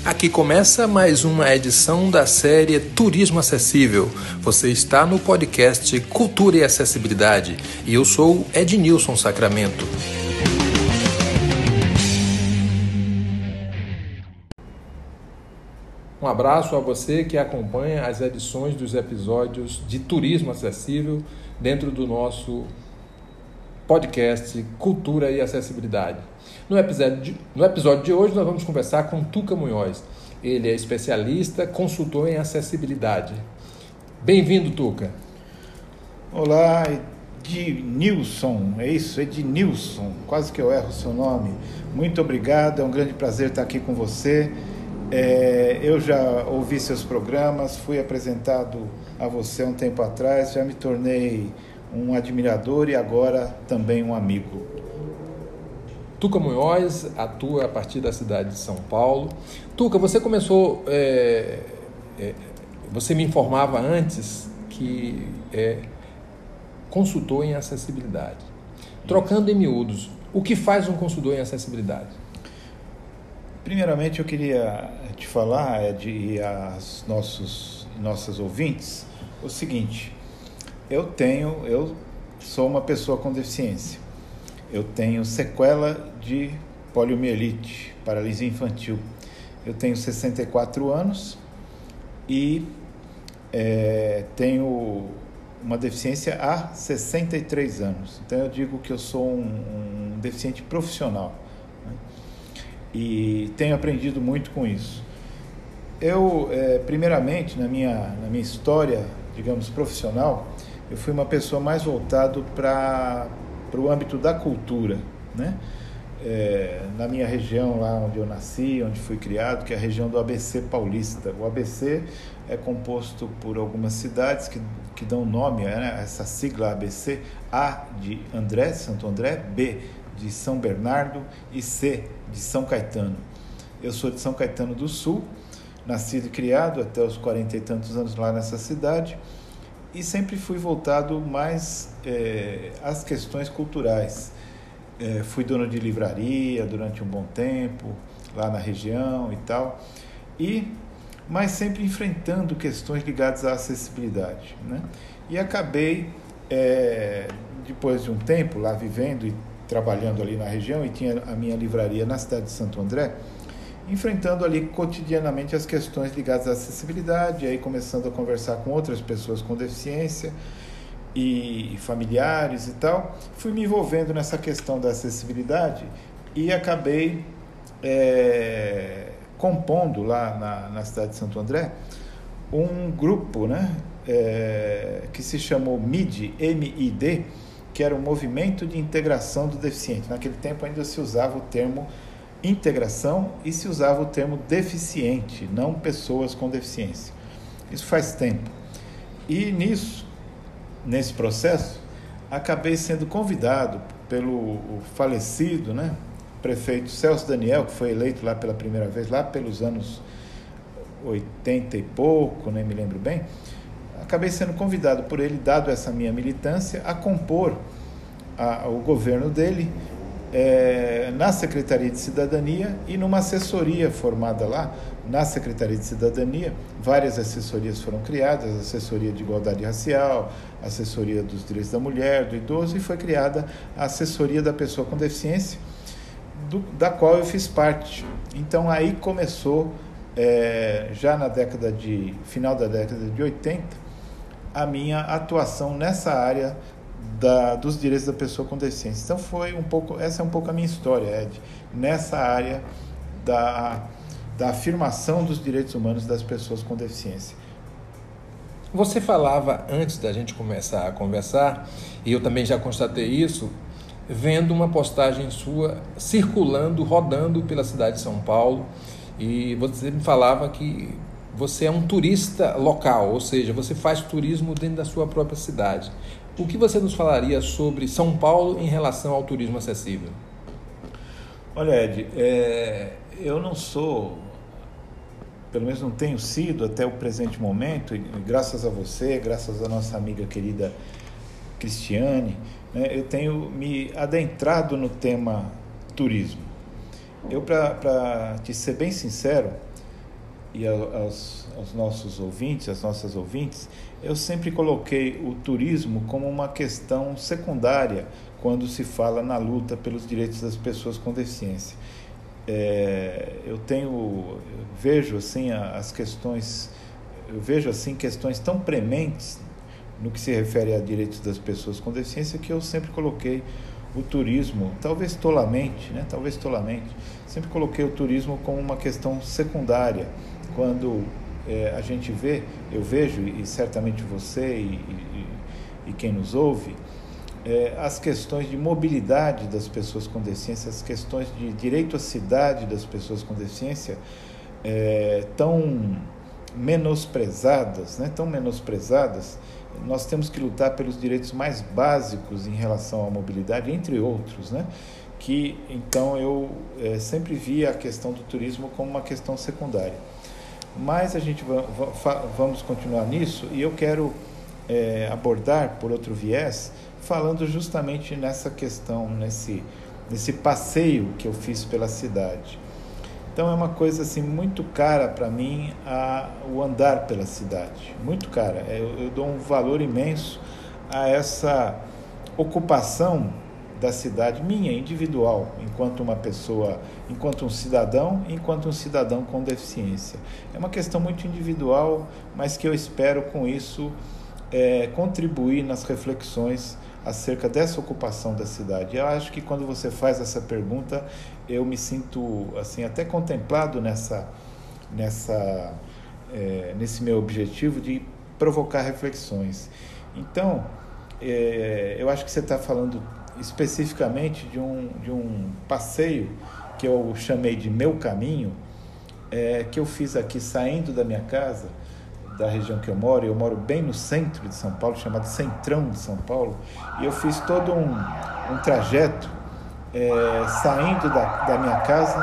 Aqui começa mais uma edição da série Turismo Acessível. Você está no podcast Cultura e Acessibilidade e eu sou Ednilson Sacramento. Um abraço a você que acompanha as edições dos episódios de Turismo Acessível dentro do nosso podcast Cultura e Acessibilidade. No episódio de hoje nós vamos conversar com Tuca Munhoz. Ele é especialista, consultor em acessibilidade. Bem-vindo, Tuca. Olá, Ednilson, é isso, Ednilson, quase que eu erro o seu nome. Muito obrigado, é um grande prazer estar aqui com você. Eu já ouvi seus programas, fui apresentado a você um tempo atrás, já me tornei um admirador e agora também um amigo. Tuca Munhoz atua a partir da cidade de São Paulo. Tuca, você começou, você me informava antes que é consultor em acessibilidade. Trocando em miúdos, o que faz um consultor em acessibilidade? Primeiramente eu queria te falar, Ed, e aos nossos ouvintes, o seguinte: eu sou uma pessoa com deficiência. Eu tenho sequela de poliomielite, paralisia infantil. Eu tenho 64 anos e tenho uma deficiência há 63 anos. Então eu digo que eu sou um deficiente profissional, né? E tenho aprendido muito com isso. Eu, primeiramente, na minha história, digamos, profissional, eu fui uma pessoa mais voltado para o âmbito da cultura, né? Na minha região, lá onde eu nasci, onde fui criado, que é a região do ABC paulista. O ABC é composto por algumas cidades que dão nome a essa sigla ABC: A de André, Santo André, B de São Bernardo e C de São Caetano. Eu sou de São Caetano do Sul, nascido e criado até os 40 e tantos anos lá nessa cidade, e sempre fui voltado mais às questões culturais. Fui dono de livraria durante um bom tempo, lá na região e tal, mas sempre enfrentando questões ligadas à acessibilidade, né? E acabei, depois de um tempo lá vivendo e trabalhando ali na região, e tinha a minha livraria na cidade de Santo André, enfrentando ali cotidianamente as questões ligadas à acessibilidade, aí começando a conversar com outras pessoas com deficiência e familiares e tal, fui me envolvendo nessa questão da acessibilidade e acabei compondo lá na cidade de Santo André um grupo, né, que se chamou MID, M-I-D, que era o Movimento de Integração do Deficiente. Naquele tempo ainda se usava o termo integração e se usava o termo deficiente, não pessoas com deficiência. Isso faz tempo. E nesse processo, acabei sendo convidado pelo falecido, né, prefeito Celso Daniel, que foi eleito lá pela primeira vez, lá pelos anos 80 e pouco, nem me lembro bem. Acabei sendo convidado por ele, dado essa minha militância, a compor o governo dele na Secretaria de Cidadania e numa assessoria formada lá na Secretaria de Cidadania. Várias assessorias foram criadas: assessoria de igualdade racial, assessoria dos direitos da mulher, do idoso, e foi criada a assessoria da pessoa com deficiência, da qual eu fiz parte. Então aí começou, já final da década de 80, a minha atuação nessa área dos direitos da pessoa com deficiência. Então essa é um pouco a minha história, Ed, nessa área da afirmação dos direitos humanos das pessoas com deficiência. Você falava, antes da gente começar a conversar, e eu também já constatei isso, vendo uma postagem sua circulando, rodando pela cidade de São Paulo, e você me falava que você é um turista local, ou seja, você faz turismo dentro da sua própria cidade. O que você nos falaria sobre São Paulo em relação ao turismo acessível? Olha, Ed, eu não sou, pelo menos não tenho sido até o presente momento, e graças a você, graças à nossa amiga querida Cristiane, né, eu tenho me adentrado no tema turismo. Eu, para te ser bem sincero, e aos nossos ouvintes, às nossas ouvintes, eu sempre coloquei o turismo como uma questão secundária quando se fala na luta pelos direitos das pessoas com deficiência. Eu vejo assim questões tão prementes no que se refere a direitos das pessoas com deficiência, que eu sempre coloquei o turismo, talvez tolamente, sempre coloquei o turismo como uma questão secundária. Quando eu vejo, e certamente você e quem nos ouve, as questões de mobilidade das pessoas com deficiência, as questões de direito à cidade das pessoas com deficiência, tão menosprezadas, nós temos que lutar pelos direitos mais básicos em relação à mobilidade, entre outros, que então eu sempre vi a questão do turismo como uma questão secundária. Mas a gente vamos continuar nisso, e eu quero abordar por outro viés, falando justamente nessa questão, nesse passeio que eu fiz pela cidade. Então é uma coisa assim muito cara para mim o andar pela cidade, muito cara. Eu dou um valor imenso a essa ocupação da cidade minha, individual, enquanto uma pessoa, enquanto um cidadão com deficiência. É uma questão muito individual, mas que eu espero com isso contribuir nas reflexões acerca dessa ocupação da cidade. Eu acho que quando você faz essa pergunta, eu me sinto assim até contemplado nesse meu objetivo de provocar reflexões. Então, eu acho que você está falando especificamente de um passeio que eu chamei de Meu Caminho, que eu fiz aqui saindo da minha casa, da região que eu moro bem no centro de São Paulo, chamado Centrão de São Paulo, e eu fiz todo um trajeto saindo da minha casa,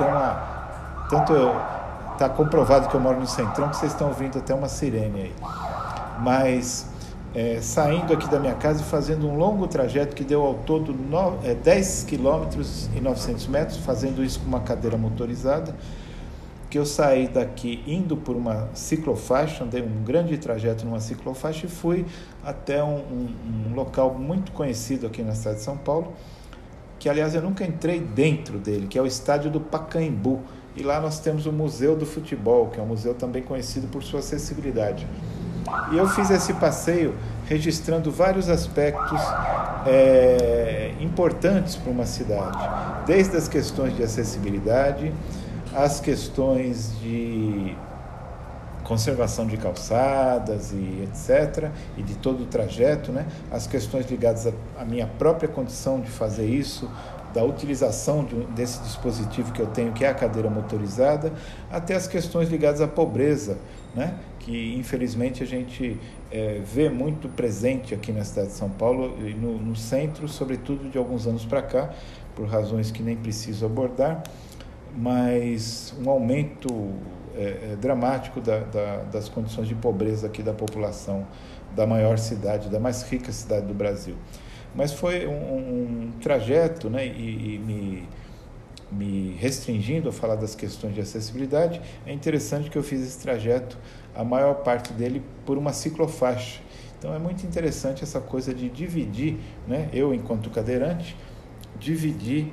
está comprovado que eu moro no Centrão, que vocês estão ouvindo até uma sirene aí, mas saindo aqui da minha casa e fazendo um longo trajeto que deu ao todo 10 quilômetros e 900 metros, fazendo isso com uma cadeira motorizada, que eu saí daqui indo por uma ciclofaixa, andei um grande trajeto numa ciclofaixa e fui até um local muito conhecido aqui na cidade de São Paulo, que aliás eu nunca entrei dentro dele, que é o estádio do Pacaembu, e lá nós temos o Museu do Futebol, que é um museu também conhecido por sua acessibilidade. E eu fiz esse passeio registrando vários aspectos importantes para uma cidade, desde as questões de acessibilidade, as questões de conservação de calçadas e etc., e de todo o trajeto, as questões ligadas à minha própria condição de fazer isso, da utilização desse dispositivo que eu tenho, que é a cadeira motorizada, até as questões ligadas à pobreza, que infelizmente a gente vê muito presente aqui na cidade de São Paulo, e no centro, sobretudo de alguns anos para cá, por razões que nem preciso abordar, mas um aumento dramático das condições de pobreza aqui da população da maior cidade, da mais rica cidade do Brasil. Mas foi um trajeto, e me restringindo a falar das questões de acessibilidade, é interessante que eu fiz esse trajeto, a maior parte dele por uma ciclofaixa. Então é muito interessante essa coisa de dividir, eu enquanto cadeirante, dividir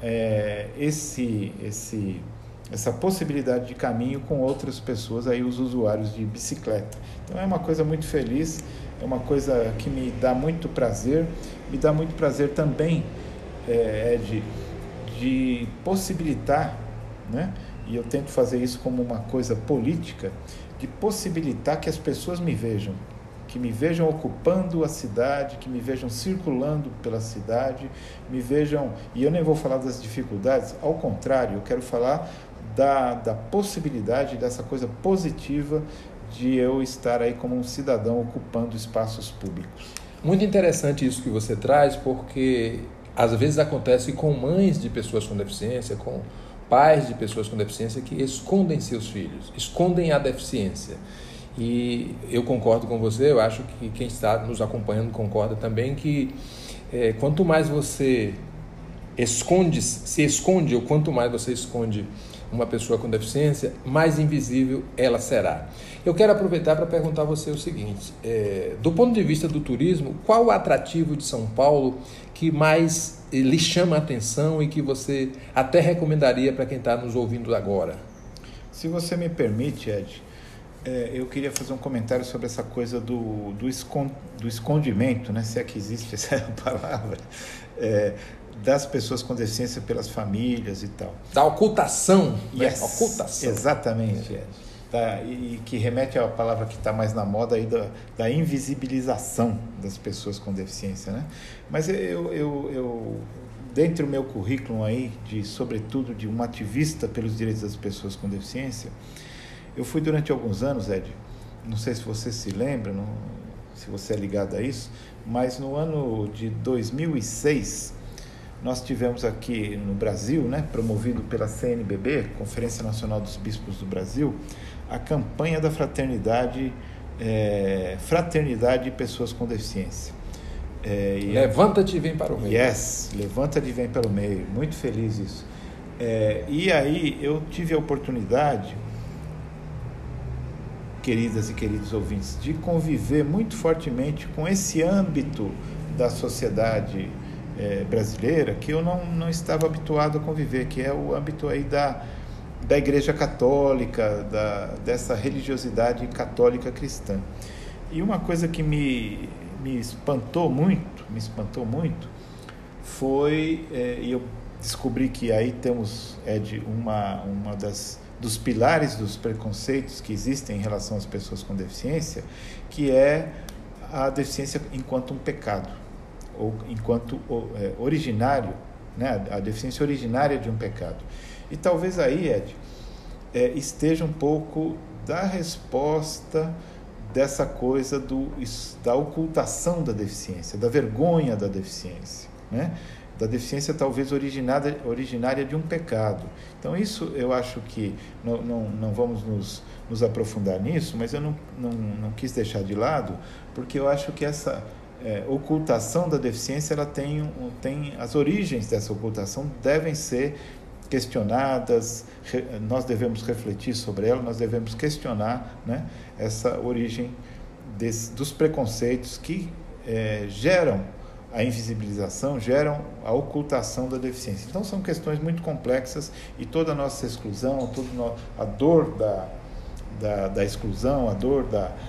essa possibilidade de caminho com outras pessoas, aí os usuários de bicicleta. Então é uma coisa muito feliz, é uma coisa que me dá muito prazer também, de possibilitar, e eu tento fazer isso como uma coisa política, de possibilitar que as pessoas me vejam ocupando a cidade, que me vejam circulando pela cidade, e eu nem vou falar das dificuldades, ao contrário, eu quero falar da possibilidade, dessa coisa positiva de eu estar aí como um cidadão ocupando espaços públicos. Muito interessante isso que você traz, porque às vezes acontece com mães de pessoas com deficiência, com pais de pessoas com deficiência que escondem seus filhos, escondem a deficiência. E eu concordo com você, eu acho que quem está nos acompanhando concorda também, que quanto mais você se esconde, ou quanto mais você esconde uma pessoa com deficiência, mais invisível ela será. Eu quero aproveitar para perguntar a você o seguinte, do ponto de vista do turismo, qual o atrativo de São Paulo que mais lhe chama a atenção e que você até recomendaria para quem está nos ouvindo agora? Se você me permite, Ed, eu queria fazer um comentário sobre essa coisa do escondimento, né? Se é que existe essa palavra, das pessoas com deficiência pelas famílias e tal. Da ocultação, né? Yes, ocultação. Exatamente, Ed. E que remete à palavra que está mais na moda aí da invisibilização das pessoas com deficiência, né? Mas eu dentro do meu currículo aí, sobretudo de um ativista pelos direitos das pessoas com deficiência, eu fui durante alguns anos, Ed, não sei se você se lembra, se você é ligado a isso, mas no ano de 2006, nós tivemos aqui no Brasil, né, promovido pela CNBB, Conferência Nacional dos Bispos do Brasil, a campanha da fraternidade de pessoas com deficiência. Levanta-te e vem para o meio. Yes, levanta-te e vem para o meio. Muito feliz isso. E aí eu tive a oportunidade, queridas e queridos ouvintes, de conviver muito fortemente com esse âmbito da sociedade brasileira que eu não estava habituado a conviver, que é o âmbito aí da Igreja Católica, dessa religiosidade católica cristã. E uma coisa que me espantou muito foi, e eu descobri que aí temos, Ed, uma dos pilares dos preconceitos que existem em relação às pessoas com deficiência, que é a deficiência enquanto um pecado, ou enquanto originário, né? A deficiência originária de um pecado. E talvez aí, Ed, esteja um pouco da resposta dessa coisa da ocultação da deficiência, da vergonha da deficiência, né? Da deficiência talvez originária de um pecado. Então isso eu acho que não vamos nos aprofundar nisso, mas eu não quis deixar de lado, porque eu acho que essa ocultação da deficiência, ela tem as origens dessa ocultação devem ser questionadas, nós devemos refletir sobre ela, nós devemos questionar, né, essa origem dos preconceitos que geram a invisibilização, geram a ocultação da deficiência. Então são questões muito complexas e toda a nossa exclusão, a dor da exclusão, a dor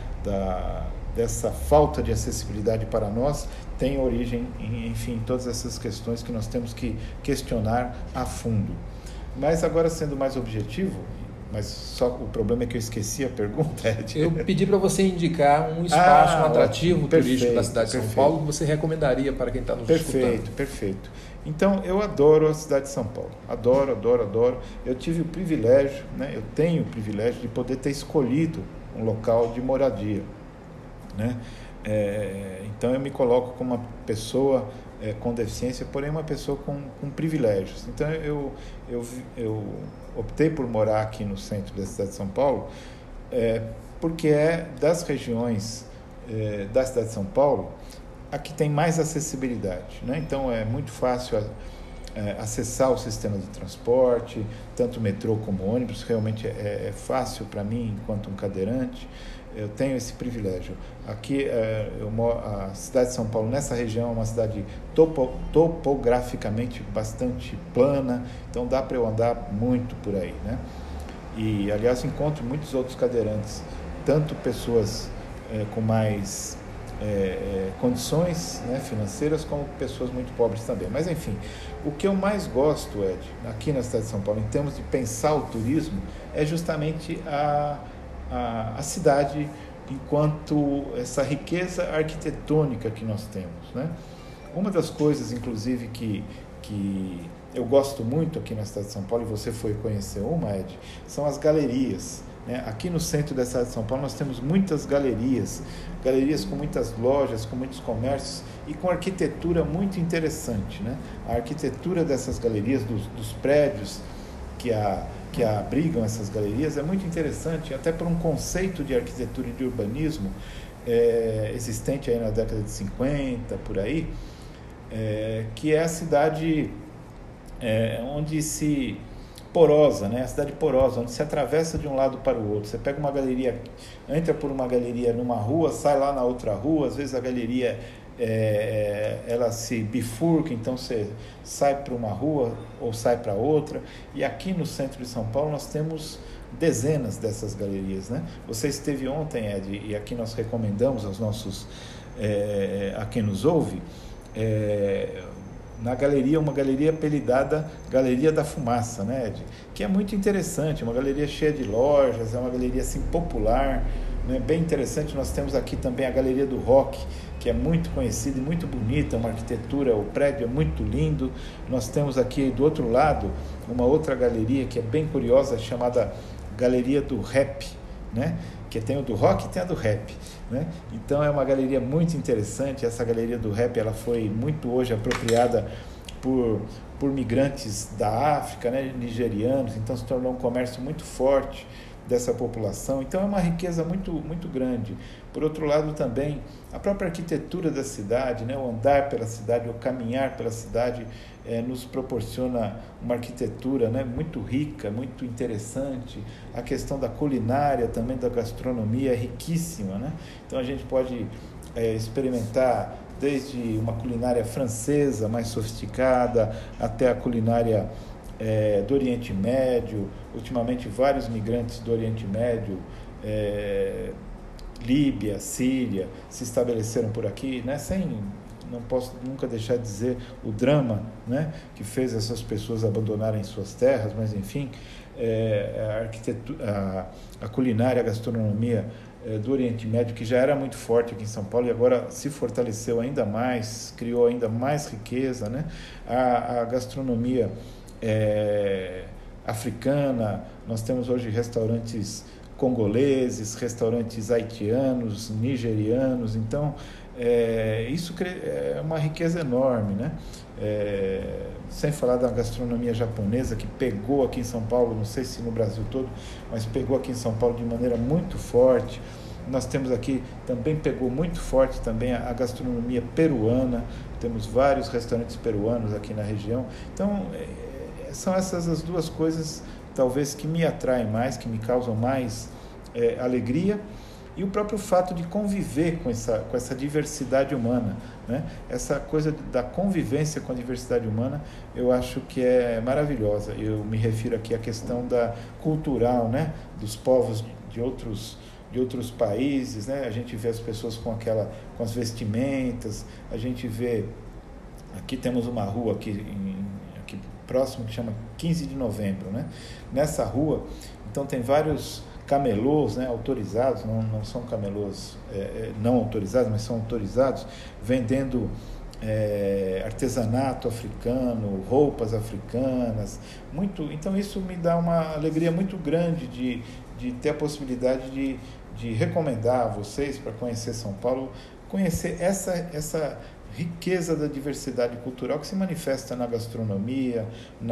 dessa falta de acessibilidade para nós tem origem, enfim, em todas essas questões que nós temos que questionar a fundo. Mas agora, sendo mais objetivo, mas só o problema é que eu esqueci a pergunta, Ed. Eu pedi para você indicar um espaço, um atrativo turístico da cidade de São Paulo que você recomendaria para quem está nos escutando. Perfeito. Então, eu adoro a cidade de São Paulo. Adoro. Eu tive o privilégio, né? Eu tenho o privilégio de poder ter escolhido um local de moradia, né? Então eu me coloco como uma pessoa com deficiência, porém uma pessoa com privilégios. Então eu optei por morar aqui no centro da cidade de São Paulo, porque é das regiões da cidade de São Paulo a que tem mais acessibilidade, né? Então é muito fácil acessar o sistema de transporte, tanto metrô como ônibus. Realmente é fácil para mim enquanto um cadeirante. Eu tenho esse privilégio. Aqui, a cidade de São Paulo, nessa região, é uma cidade topograficamente bastante plana, então dá para eu andar muito por aí, né? E, aliás, encontro muitos outros cadeirantes, tanto pessoas com mais condições, né, financeiras, como pessoas muito pobres também. Mas, enfim, o que eu mais gosto, Ed, aqui na cidade de São Paulo, em termos de pensar o turismo, é justamente a cidade enquanto essa riqueza arquitetônica que nós temos, né? Uma das coisas, inclusive, que eu gosto muito aqui na cidade de São Paulo, e você foi conhecer uma, Ed, são as galerias, né? Aqui no centro da cidade de São Paulo nós temos muitas galerias com muitas lojas, com muitos comércios e com arquitetura muito interessante, né? A arquitetura dessas galerias, dos prédios que abrigam essas galerias é muito interessante, até por um conceito de arquitetura e de urbanismo existente aí na década de 50, por aí, que é a cidade onde se porosa, né? A cidade porosa, onde se atravessa de um lado para o outro. Você pega uma galeria, entra por uma galeria numa rua, sai lá na outra rua, às vezes a galeria ela se bifurca, então você sai para uma rua ou sai para outra. E aqui no centro de São Paulo nós temos dezenas dessas galerias, né? Você esteve ontem, Ed, e aqui nós recomendamos aos nossos a quem nos ouve, na galeria, uma galeria apelidada Galeria da Fumaça, né, Ed? Que é muito interessante, uma galeria cheia de lojas, é uma galeria assim popular, né, bem interessante. Nós temos aqui também a Galeria do Rock, que é muito conhecida e muito bonita, uma arquitetura, o prédio é muito lindo. Nós temos aqui do outro lado uma outra galeria que é bem curiosa, chamada Galeria do Rap, né? Que tem o do rock e tem a do rap, né? Então é uma galeria muito interessante. Essa galeria do rap, ela foi muito hoje apropriada por migrantes da África, né? Nigerianos, então se tornou um comércio muito forte dessa população. Então é uma riqueza muito, muito grande. Por outro lado também, a própria arquitetura da cidade, né? O andar pela cidade, o caminhar pela cidade nos proporciona uma arquitetura, né? Muito rica, muito interessante. A questão da culinária também, da gastronomia é riquíssima, né? Então a gente pode experimentar desde uma culinária francesa mais sofisticada até a culinária do Oriente Médio. Ultimamente vários migrantes do Oriente Médio, Líbia, Síria, se estabeleceram por aqui, né? Não posso nunca deixar de dizer o drama, né, que fez essas pessoas abandonarem suas terras, mas enfim, a arquitetura, a culinária, a gastronomia do Oriente Médio, que já era muito forte aqui em São Paulo e agora se fortaleceu ainda mais, criou ainda mais riqueza, né? A gastronomia africana, nós temos hoje restaurantes congoleses, restaurantes haitianos, nigerianos. Então isso é uma riqueza enorme, né? Sem falar da gastronomia japonesa, que pegou aqui em São Paulo, não sei se no Brasil todo, mas pegou aqui em São Paulo de maneira muito forte. Nós temos aqui, também pegou muito forte também a gastronomia peruana, temos vários restaurantes peruanos aqui na região. Então são essas as duas coisas talvez que me atraem mais, que me causam mais alegria, e o próprio fato de conviver com essa diversidade humana, né? Essa coisa da convivência com a diversidade humana, eu acho que é maravilhosa. Eu me refiro aqui à questão cultural, né? Dos povos de outros países, né? A gente vê as pessoas com as vestimentas, a gente vê, aqui temos uma rua aqui próximo que chama 15 de Novembro, né? Nessa rua, então tem vários camelôs, né, autorizados, não são camelôs não autorizados, mas são autorizados, vendendo artesanato africano, roupas africanas, então isso me dá uma alegria muito grande de ter a possibilidade de recomendar a vocês para conhecer São Paulo, conhecer essa riqueza da diversidade cultural que se manifesta na gastronomia,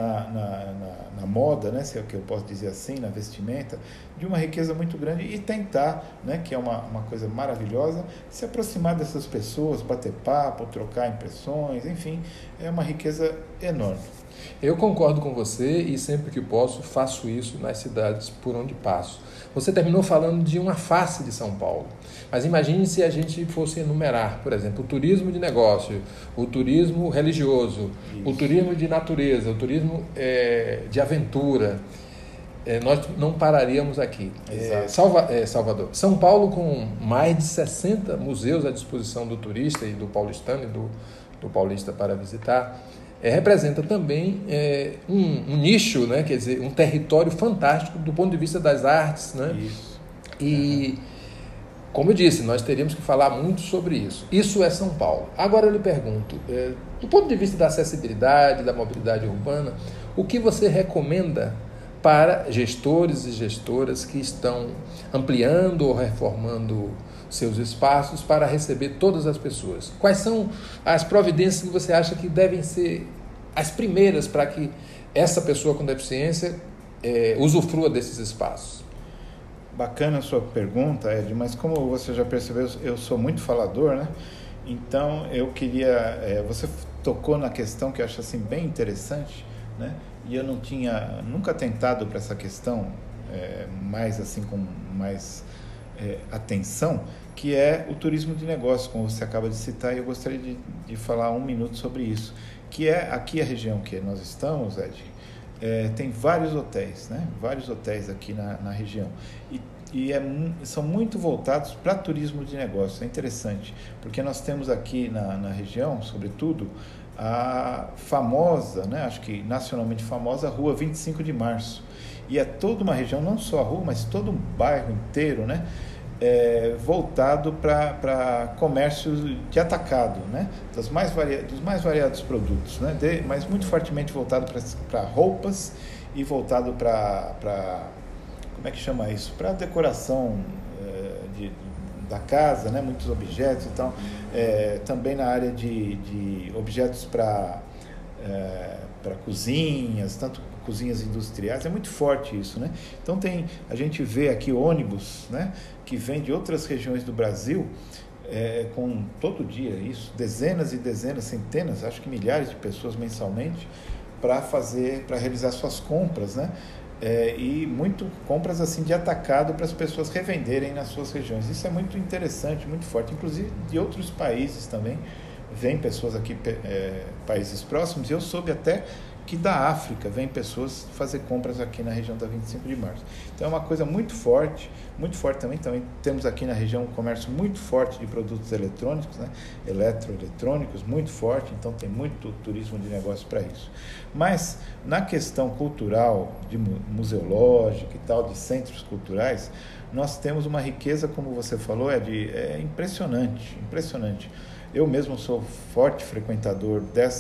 na moda, né, se é o que eu posso dizer assim, na vestimenta, de uma riqueza muito grande, e tentar, né, que é uma coisa maravilhosa, se aproximar dessas pessoas, bater papo, trocar impressões, enfim, é uma riqueza enorme. Eu concordo com você e sempre que posso faço isso nas cidades por onde passo. Você terminou falando de uma face de São Paulo, mas imagine se a gente fosse enumerar, por exemplo, o turismo de negócio, o turismo religioso, isso, o turismo de natureza, o turismo de aventura. Nós não pararíamos aqui. Salvador. São Paulo, com mais de 60 museus à disposição do turista e do paulistano e do paulista para visitar, representa também um nicho, né? Quer dizer, um território fantástico do ponto de vista das artes, né? Isso. E, como eu disse, nós teríamos que falar muito sobre isso. Isso é São Paulo. Agora eu lhe pergunto, do ponto de vista da acessibilidade, da mobilidade urbana, o que você recomenda para gestores e gestoras que estão ampliando ou reformando seus espaços para receber todas as pessoas? Quais são as providências que você acha que devem ser as primeiras para que essa pessoa com deficiência usufrua desses espaços? Bacana a sua pergunta, Ed, mas como você já percebeu, eu sou muito falador, né? Então eu queria... você tocou na questão que eu acho assim, bem interessante, né? E eu não tinha nunca atentado para essa questão mais assim com mais atenção, que é o turismo de negócio, como você acaba de citar, e eu gostaria de falar um minuto sobre isso, que é aqui a região que nós estamos, Ed, tem vários hotéis, né? Vários hotéis aqui na região, são muito voltados para turismo de negócio. É interessante, porque nós temos aqui na região, sobretudo, a famosa, né? Acho que nacionalmente famosa, Rua 25 de Março, e é toda uma região, não só a rua, mas todo um bairro inteiro, né? Voltado para comércio de atacado, né? Dos mais variados produtos, né? Mas muito fortemente voltado para roupas e voltado para como é que chama isso? Para decoração da casa, né? Muitos objetos e tal. Também na área de objetos para cozinhas, tanto cozinhas industriais, é muito forte isso, né? Então a gente vê aqui ônibus, né, que vem de outras regiões do Brasil, com todo dia isso, dezenas e dezenas, centenas, acho que milhares de pessoas mensalmente, para realizar suas compras, né? E muito compras assim de atacado para as pessoas revenderem nas suas regiões. Isso é muito interessante, muito forte, inclusive de outros países também. Vêm pessoas aqui, países próximos, e eu soube até que da África vêm pessoas fazer compras aqui na região da 25 de Março. Então é uma coisa muito forte também. Também temos aqui na região um comércio muito forte de produtos eletrônicos, né? Eletroeletrônicos, muito forte, então tem muito turismo de negócio para isso. Mas na questão cultural, museológica e tal, de centros culturais, nós temos uma riqueza, como você falou, é impressionante. Eu mesmo sou forte frequentador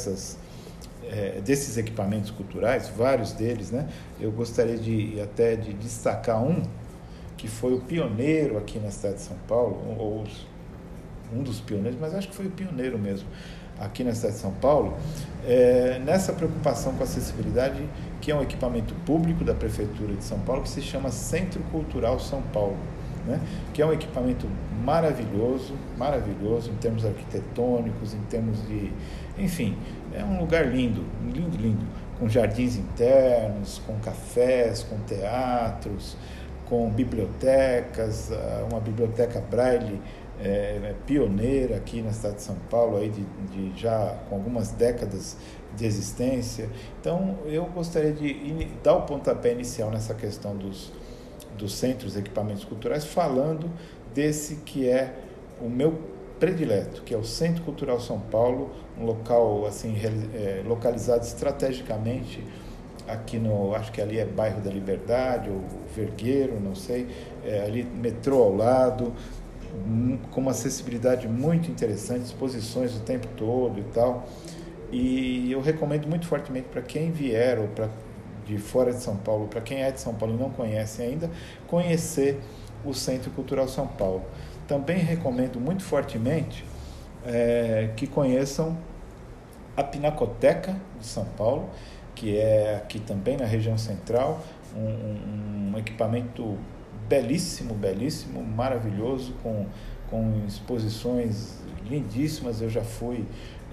desses equipamentos culturais, vários deles, né? Eu gostaria até de destacar um que foi o pioneiro aqui na cidade de São Paulo, ou um dos pioneiros, mas acho que foi o pioneiro mesmo aqui na cidade de São Paulo, nessa preocupação com a acessibilidade, que é um equipamento público da Prefeitura de São Paulo, que se chama Centro Cultural São Paulo, né? Que é um equipamento maravilhoso em termos arquitetônicos, em termos enfim, é um lugar lindo, com jardins internos, com cafés, com teatros, com bibliotecas, uma biblioteca Braille pioneira aqui na cidade de São Paulo, aí já com algumas décadas de existência. Então, eu gostaria de dar o pontapé inicial nessa questão dos centros, equipamentos culturais, falando desse que é o meu predileto, que é o Centro Cultural São Paulo, um local assim localizado estrategicamente aqui acho que ali é bairro da Liberdade ou Vergueiro, não sei, ali metrô ao lado, com uma acessibilidade muito interessante, exposições o tempo todo e tal. E eu recomendo muito fortemente para quem vier ou de fora de São Paulo, para quem é de São Paulo e não conhece ainda, conhecer o Centro Cultural São Paulo. Também recomendo muito fortemente que conheçam a Pinacoteca de São Paulo, que é aqui também na região central, um equipamento belíssimo, maravilhoso, com exposições lindíssimas. Eu já fui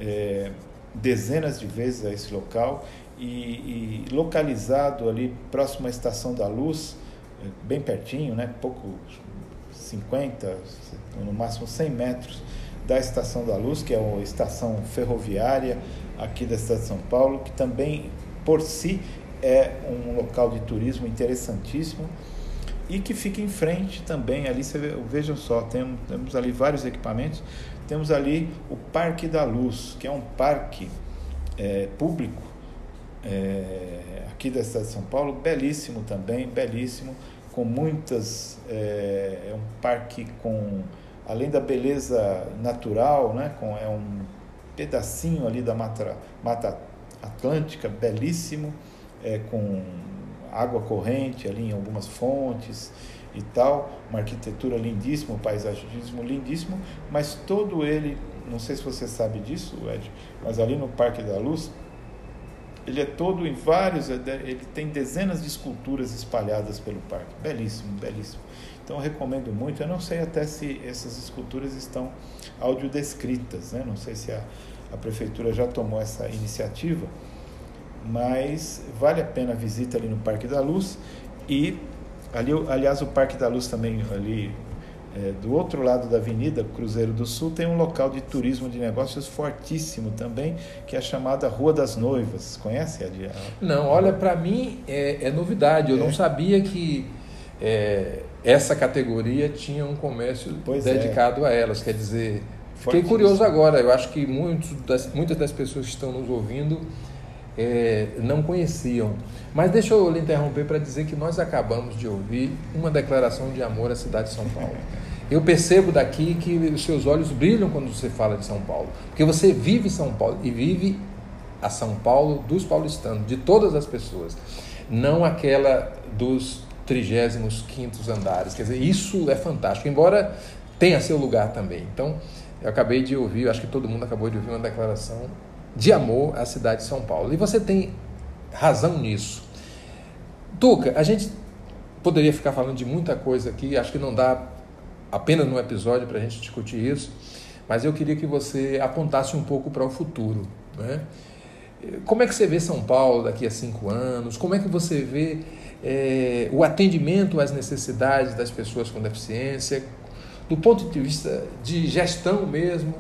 dezenas de vezes a esse local, e localizado ali próximo à Estação da Luz, bem pertinho, né? 50, no máximo 100 metros da Estação da Luz, que é uma estação ferroviária aqui da cidade de São Paulo, que também, por si, é um local de turismo interessantíssimo, e que fica em frente também, ali, vejam só, temos ali vários equipamentos. Temos ali o Parque da Luz, que é um parque público aqui da cidade de São Paulo, belíssimo também, com muitas, é um parque além da beleza natural, né, um pedacinho ali da Mata Atlântica, belíssimo, com água corrente ali em algumas fontes e tal, uma arquitetura lindíssima, um paisagismo lindíssimo, mas todo ele, não sei se você sabe disso, Ed, mas ali no Parque da Luz, ele é todo em ele tem dezenas de esculturas espalhadas pelo parque, belíssimo. Então eu recomendo muito. Eu não sei até se essas esculturas estão audiodescritas, né? Não sei se a prefeitura já tomou essa iniciativa, mas vale a pena a visita ali no Parque da Luz. E ali, aliás, o Parque da Luz também, ali do outro lado da avenida, Cruzeiro do Sul, tem um local de turismo de negócios fortíssimo também, que é a chamada Rua das Noivas. Conhece, Ed? Não, olha, para mim é novidade. Eu não sabia que essa categoria tinha um comércio dedicado a elas. Quer dizer, fiquei curioso agora. Eu acho que muitas das pessoas que estão nos ouvindo não conheciam. Mas deixa eu lhe interromper para dizer que nós acabamos de ouvir uma declaração de amor à cidade de São Paulo. Eu percebo daqui que os seus olhos brilham quando você fala de São Paulo, porque você vive São Paulo e vive a São Paulo dos paulistanos, de todas as pessoas, não aquela dos 35º andares. Quer dizer, isso é fantástico, embora tenha seu lugar também. Então, eu acabei de ouvir, acho que todo mundo acabou de ouvir uma declaração de amor à cidade de São Paulo. E você tem razão nisso. Tuca, a gente poderia ficar falando de muita coisa aqui, acho que não dá apenas num episódio para a gente discutir isso, mas eu queria que você apontasse um pouco para o futuro, né? Como é que você vê São Paulo daqui a 5 anos? Como é que você vê o atendimento às necessidades das pessoas com deficiência, do ponto de vista de gestão mesmo?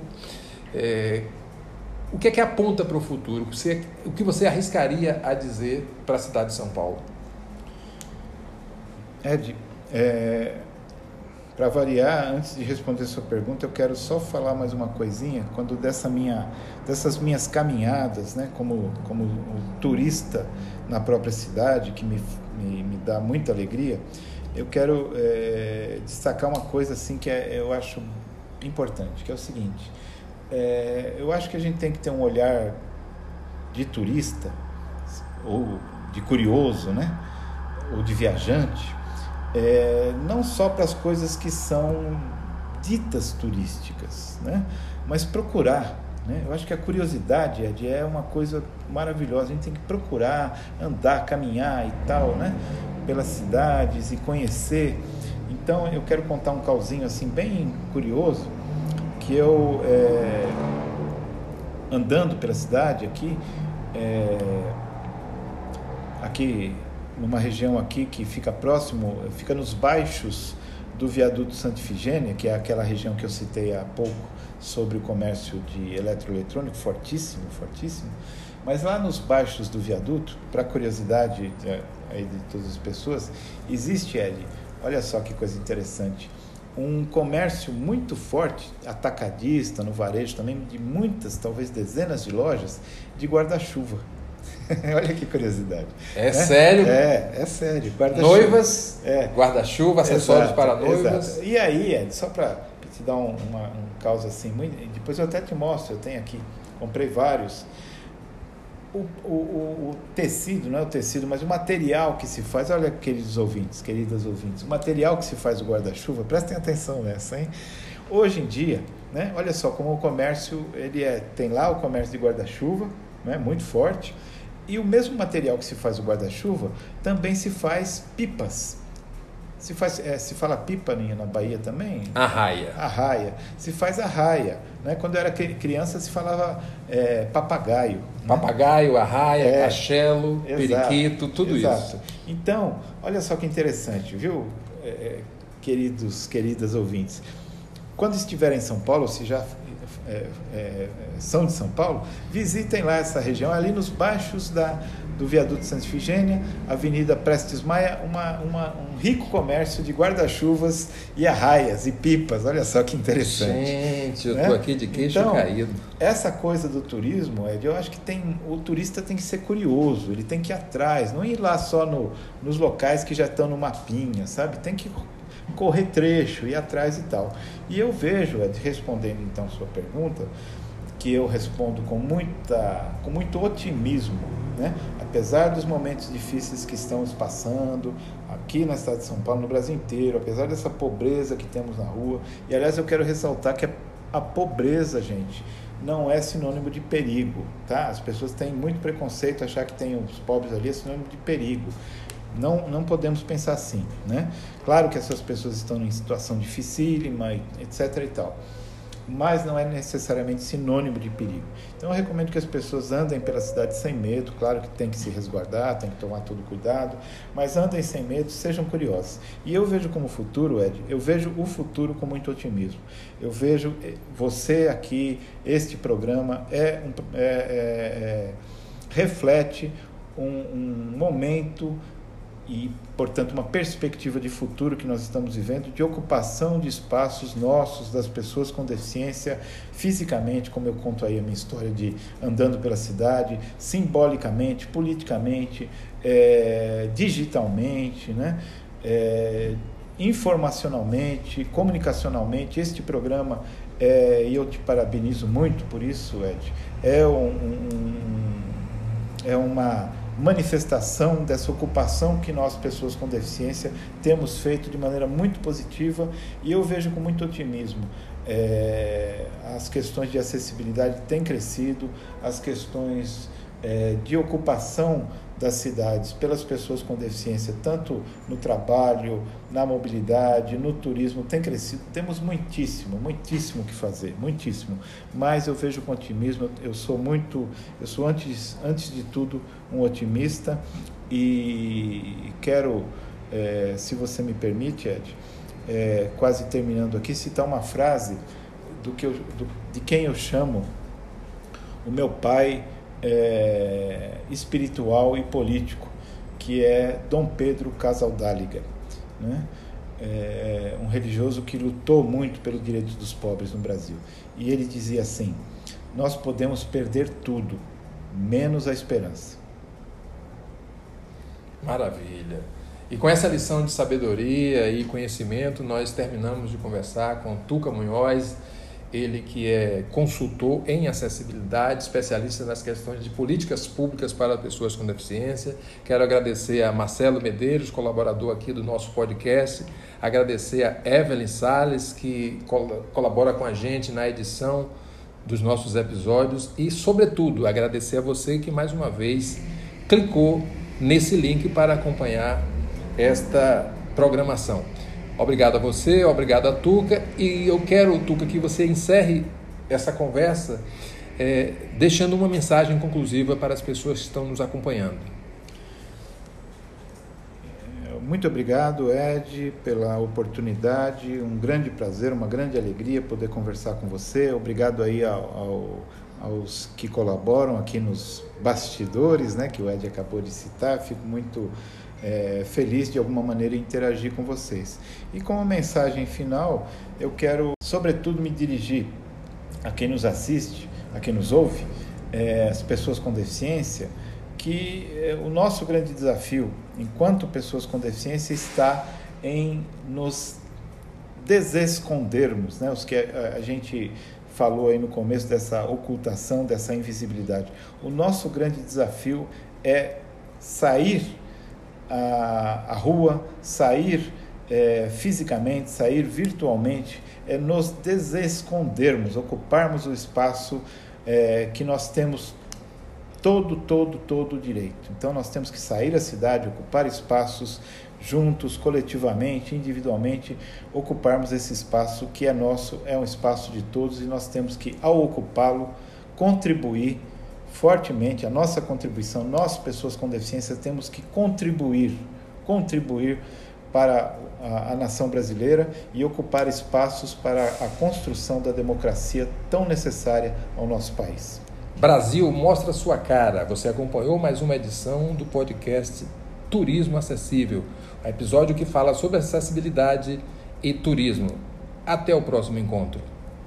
O que é que aponta para o futuro? O que você arriscaria a dizer para a cidade de São Paulo? Ed, para variar, antes de responder a sua pergunta, eu quero só falar mais uma coisinha. Quando dessas minhas caminhadas, né, como turista na própria cidade, que me dá muita alegria, eu quero destacar uma coisa assim que eu acho importante, que é o seguinte. Eu acho que a gente tem que ter um olhar de turista, ou de curioso, né? Ou de viajante, não só para as coisas que são ditas turísticas, né? Mas procurar, né? Eu acho que a curiosidade, Ed, é uma coisa maravilhosa. A gente tem que procurar, andar, caminhar e tal, né? Pelas cidades e conhecer. Então eu quero contar um causinho assim bem curioso, que eu, andando pela cidade aqui numa região aqui que fica nos baixos do viaduto Santa Ifigênia, que é aquela região que eu citei há pouco sobre o comércio de eletroeletrônico, fortíssimo, fortíssimo, mas lá nos baixos do viaduto, para curiosidade aí de todas as pessoas, existe, Ed, olha só que coisa interessante, um comércio muito forte, atacadista, no varejo também, de muitas, talvez dezenas de lojas, de guarda-chuva. Olha que curiosidade. Sério? É sério. Noivas, guarda-chuva, acessórios para noivas. Exato. E aí, Ed, só para te dar um caos assim, depois eu até te mostro, eu tenho aqui, comprei vários. O tecido, não é o tecido, mas o material que se faz, olha, queridas ouvintes, o material que se faz o guarda-chuva, prestem atenção nessa, hein? Hoje em dia, né, olha só como o comércio, tem lá o comércio de guarda-chuva, né, muito forte, e o mesmo material que se faz o guarda-chuva, também se faz pipas. Se fala pipa na Bahia também? Arraia. Se faz arraia. Né? Quando eu era criança se falava papagaio. Papagaio, né? Arraia, cachelo, periquito, tudo isso. Então, olha só que interessante, viu, queridas ouvintes. Quando estiverem em São Paulo, se já são de São Paulo, visitem lá essa região, ali nos baixos do viaduto Santa Ifigênia, Avenida Prestes Maia, um rico comércio de guarda-chuvas e arraias e pipas. Olha só que interessante. Gente, eu estou aqui de queixo caído. Essa coisa do turismo, Ed, eu acho que o turista tem que ser curioso, ele tem que ir atrás, não ir lá só nos locais que já estão no mapinha, sabe? Tem que correr trecho, ir atrás e tal. E eu vejo, Ed, respondendo então a sua pergunta, que eu respondo com muito otimismo, né? Apesar dos momentos difíceis que estamos passando aqui na cidade de São Paulo, no Brasil inteiro, apesar dessa pobreza que temos na rua, e aliás eu quero ressaltar que a pobreza, gente, não é sinônimo de perigo, tá? As pessoas têm muito preconceito, achar que tem os pobres ali é sinônimo de perigo. Não podemos pensar assim, né? Claro que essas pessoas estão em situação dificílima, etc. e tal. mas não é necessariamente sinônimo de perigo. Então eu recomendo que as pessoas andem pela cidade sem medo, claro que tem que se resguardar, tem que tomar todo cuidado, mas andem sem medo, sejam curiosos. E eu vejo como futuro, Ed, eu vejo o futuro com muito otimismo. Eu vejo você aqui, este programa reflete um momento e, portanto, uma perspectiva de futuro que nós estamos vivendo, de ocupação de espaços nossos, das pessoas com deficiência, fisicamente, como eu conto aí a minha história de andando pela cidade, simbolicamente, politicamente, digitalmente, né? Informacionalmente, comunicacionalmente. Este programa, e eu te parabenizo muito por isso, Ed, é uma manifestação dessa ocupação que nós, pessoas com deficiência, temos feito de maneira muito positiva, e eu vejo com muito otimismo. As questões de acessibilidade têm crescido, as questões de ocupação das cidades pelas pessoas com deficiência, tanto no trabalho, na mobilidade, no turismo, tem crescido. Temos muitíssimo o que fazer, muitíssimo. Mas eu vejo com otimismo. Eu sou antes de tudo um otimista, e quero, se você me permite, Ed, quase terminando aqui, citar uma frase de quem eu chamo o meu pai espiritual e político, que é Dom Pedro Casaldáliga, né? Um religioso que lutou muito pelos direitos dos pobres no Brasil. E ele dizia assim: nós podemos perder tudo, menos a esperança. Maravilha! E com essa lição de sabedoria e conhecimento, nós terminamos de conversar com Tuca Munhoz, ele que é consultor em acessibilidade, especialista nas questões de políticas públicas para pessoas com deficiência. Quero agradecer a Marcelo Medeiros, colaborador aqui do nosso podcast, agradecer a Evelyn Salles, que colabora com a gente na edição dos nossos episódios, e, sobretudo, agradecer a você que, mais uma vez, clicou nesse link para acompanhar esta programação. Obrigado a você, obrigado a Tuca, e eu quero, Tuca, que você encerre essa conversa deixando uma mensagem conclusiva para as pessoas que estão nos acompanhando. Muito obrigado, Ed, pela oportunidade, um grande prazer, uma grande alegria poder conversar com você. Obrigado aí aos que colaboram aqui nos bastidores, né, que o Ed acabou de citar. Fico muito feliz de alguma maneira interagir com vocês. E como mensagem final, eu quero sobretudo me dirigir a quem nos assiste, a quem nos ouve, as pessoas com deficiência, que o nosso grande desafio enquanto pessoas com deficiência está em nos desescondermos, né? Os que a gente falou aí no começo dessa ocultação, dessa invisibilidade. O nosso grande desafio é sair à rua, sair fisicamente, sair virtualmente, nos desescondermos, ocuparmos o espaço que nós temos todo o direito. Então nós temos que sair da cidade, ocupar espaços juntos, coletivamente, individualmente, ocuparmos esse espaço que é nosso, é um espaço de todos, e nós temos que, ao ocupá-lo, contribuir fortemente. A nossa contribuição, nós, pessoas com deficiência, temos que contribuir para a nação brasileira e ocupar espaços para a construção da democracia tão necessária ao nosso país. Brasil, mostra sua cara. Você acompanhou mais uma edição do podcast Turismo Acessível, um episódio que fala sobre acessibilidade e turismo. Até o próximo encontro.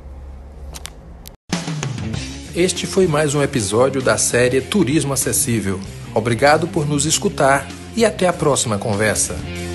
Este foi mais um episódio da série Turismo Acessível. Obrigado por nos escutar e até a próxima conversa.